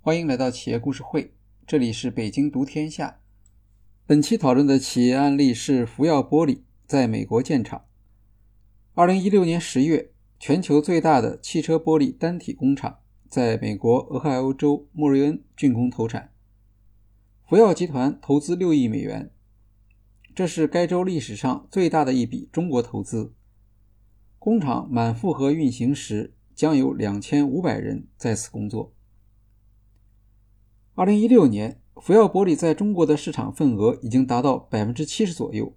欢迎来到企业故事会，这里是北京读天下。本期讨论的企业案例是福耀玻璃在美国建厂。2016年10月，全球最大的汽车玻璃单体工厂在美国俄亥俄州莫瑞恩竣工投产。福耀集团投资6亿美元，这是该州历史上最大的一笔中国投资。工厂满负荷运行时，将有2500人在此工作。2016年，福耀玻璃在中国的市场份额已经达到 70% 左右。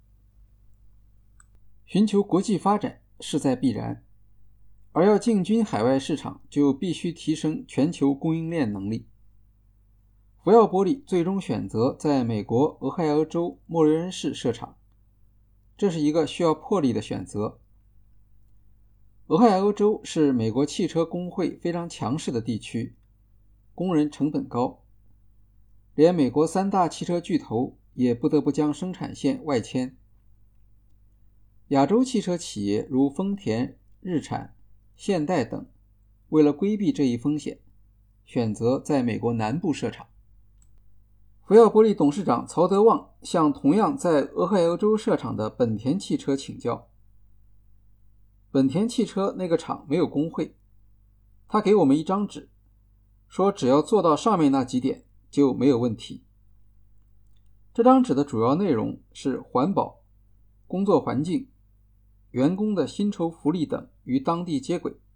寻求国际发展势在必然，而要进军海外市场，就必须提升全球供应链能力。福耀玻璃最终选择在美国俄亥俄州莫瑞恩市设厂，这是一个需要魄力的选择。俄亥俄州是美国汽车工会非常强势的地区，工人成本高，连美国3大汽车巨头也不得不将生产线外迁。亚洲汽车企业如丰田、日产、现代等，为了规避这一风险，选择在美国南部设厂。福耀玻璃董事长曹德旺向同样在俄亥俄州设厂的本田汽车请教。本田汽车那个厂没有工会，他给我们一张纸，说只要做到上面那几点就没有问题。这张纸的主要内容是环保、工作环境、员工的薪酬福利等与当地接轨。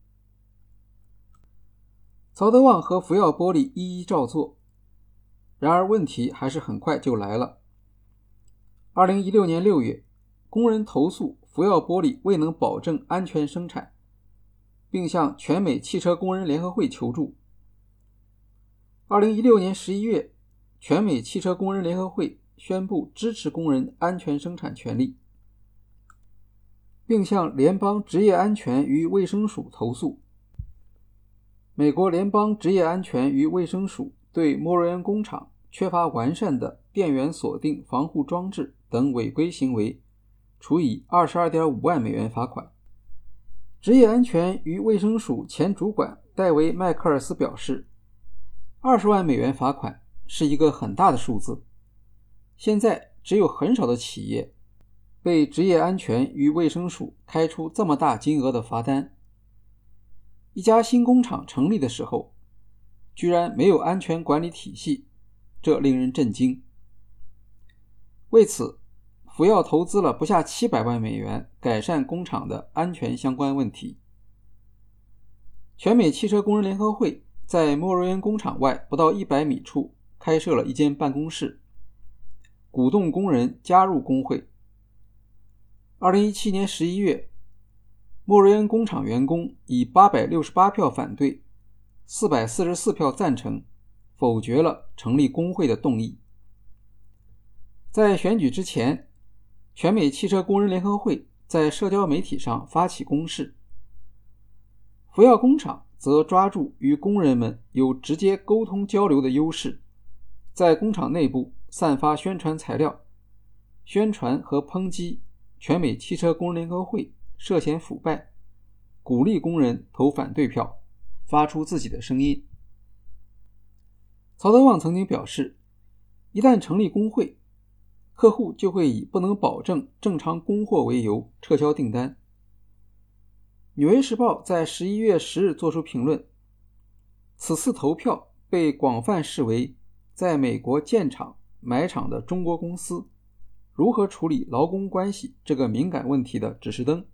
曹德旺和福耀玻璃一一照做，然而问题还是很快就来了。2016年6月，工人投诉福耀玻璃未能保证安全生产，并向全美汽车工人联合会求助。2016年11月，全美汽车工人联合会宣布支持工人安全生产权利，并向联邦职业安全与卫生署投诉。美国联邦职业安全与卫生署对莫瑞恩工厂缺乏完善的电源锁定防护装置等违规行为，处以 22.5 万美元罚款。职业安全与卫生署前主管戴维·麦克尔斯表示，20万美元罚款是一个很大的数字，现在只有很少的企业被职业安全与卫生署开出这么大金额的罚单。一家新工厂成立的时候，居然没有安全管理体系，这令人震惊。为此，福耀投资了不下700万美元改善工厂的安全相关问题。全美汽车工人联合会在莫瑞恩工厂外不到100米处开设了一间办公室，鼓动工人加入工会。2017年11月，莫瑞恩工厂员工以868票反对、444票赞成，否决了成立工会的动议。在选举之前，全美汽车工人联合会在社交媒体上发起攻势，福耀工厂则抓住与工人们有直接沟通交流的优势，在工厂内部散发宣传材料，宣传和抨击全美汽车工人联合会涉嫌腐败，鼓励工人投反对票，发出自己的声音。曹德旺曾经表示，一旦成立工会，客户就会以不能保证正常供货为由撤销订单。纽约时报在11月10日作出评论，此次投票被广泛视为在美国建厂买厂的中国公司如何处理劳工关系这个敏感问题的指示灯。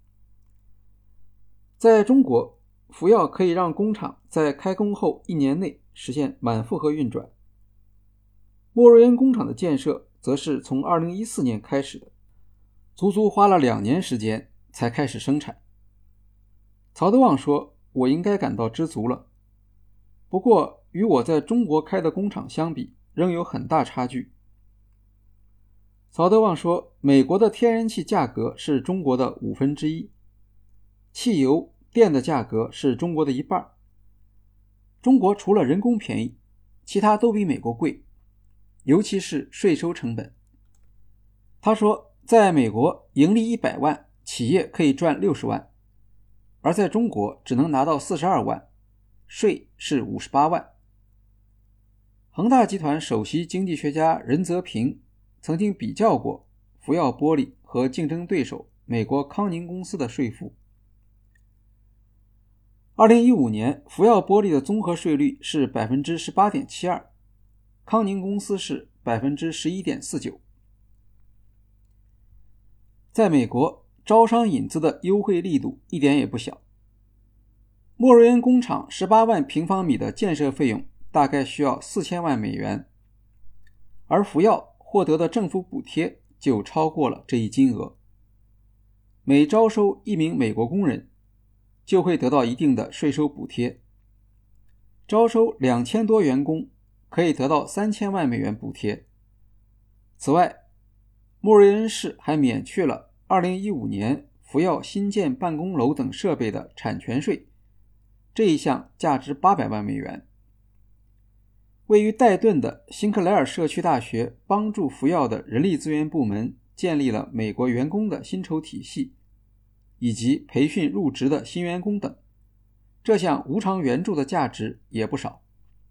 在中国，福耀可以让工厂在开工后1年内实现满负荷运转。莫瑞恩工厂的建设则是从2014年开始的，足足花了2年时间才开始生产。曹德旺说，我应该感到知足了。不过与我在中国开的工厂相比，仍有很大差距。曹德旺说，美国的天然气价格是中国的1/5，汽油、电的价格是中国的1半。中国除了人工便宜，其他都比美国贵，尤其是税收成本。他说，在美国盈利100万，企业可以赚60万，而在中国只能拿到42万，税是58万。 恒大集团首席经济学家任泽平曾经比较过福耀玻璃和竞争对手美国康宁公司的税负。2015年，福耀玻璃的综合税率是 18.72%， 康宁公司是 11.49%。 在美国，招商引资的优惠力度一点也不小。莫瑞恩工厂18万平方米的建设费用大概需要4000万美元，而福耀获得的政府补贴就超过了这一金额。每招收1名美国工人，就会得到一定的税收补贴。招收2000多员工，可以得到3000万美元补贴。此外，莫瑞恩市还免去了2015年福耀新建办公楼等设备的产权税，这一项价值800万美元。位于戴顿的辛克莱尔社区大学帮助福耀的人力资源部门建立了美国员工的薪酬体系，以及培训入职的新员工等，这项无偿援助的价值也不少。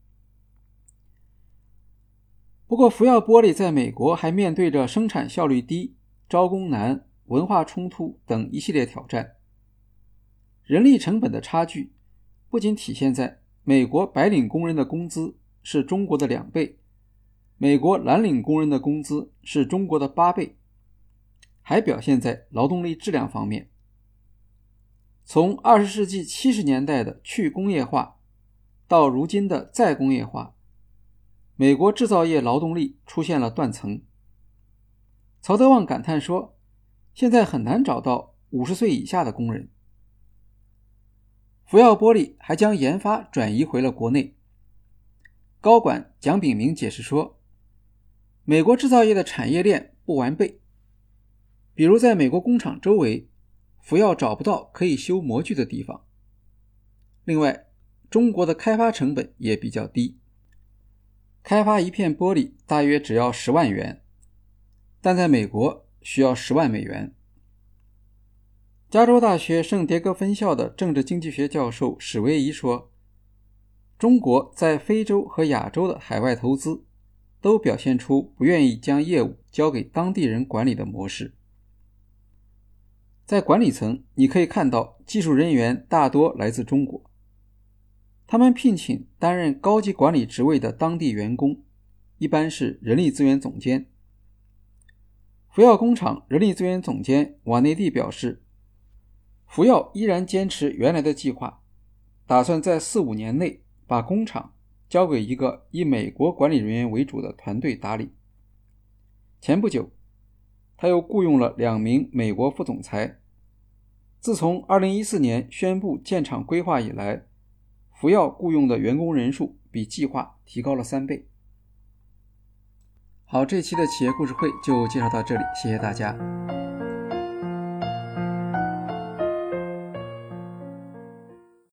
不过福耀玻璃在美国还面对着生产效率低、招工难、文化冲突等一系列挑战。人力成本的差距不仅体现在美国白领工人的工资是中国的2倍，美国蓝领工人的工资是中国的8倍，还表现在劳动力质量方面。从20世纪70年代的去工业化到如今的再工业化，美国制造业劳动力出现了断层。曹德旺感叹说，现在很难找到50岁以下的工人。福耀玻璃还将研发转移回了国内。高管蒋炳明解释说，美国制造业的产业链不完备，比如在美国工厂周围，福耀找不到可以修模具的地方。另外，中国的开发成本也比较低，开发一片玻璃大约只要10万元，但在美国需要10万美元。加州大学圣迭戈分校的政治经济学教授史维仪说，中国在非洲和亚洲的海外投资都表现出不愿意将业务交给当地人管理的模式。在管理层，你可以看到技术人员大多来自中国，他们聘请担任高级管理职位的当地员工，一般是人力资源总监。福耀工厂人力资源总监瓦内蒂表示，福耀依然坚持原来的计划，打算在4-5年内把工厂交给一个以美国管理人员为主的团队打理。前不久，他又雇佣了2名美国副总裁。自从2014年宣布建厂规划以来，福耀雇佣的员工人数比计划提高了3倍。好，这期的企业故事会就介绍到这里，谢谢大家。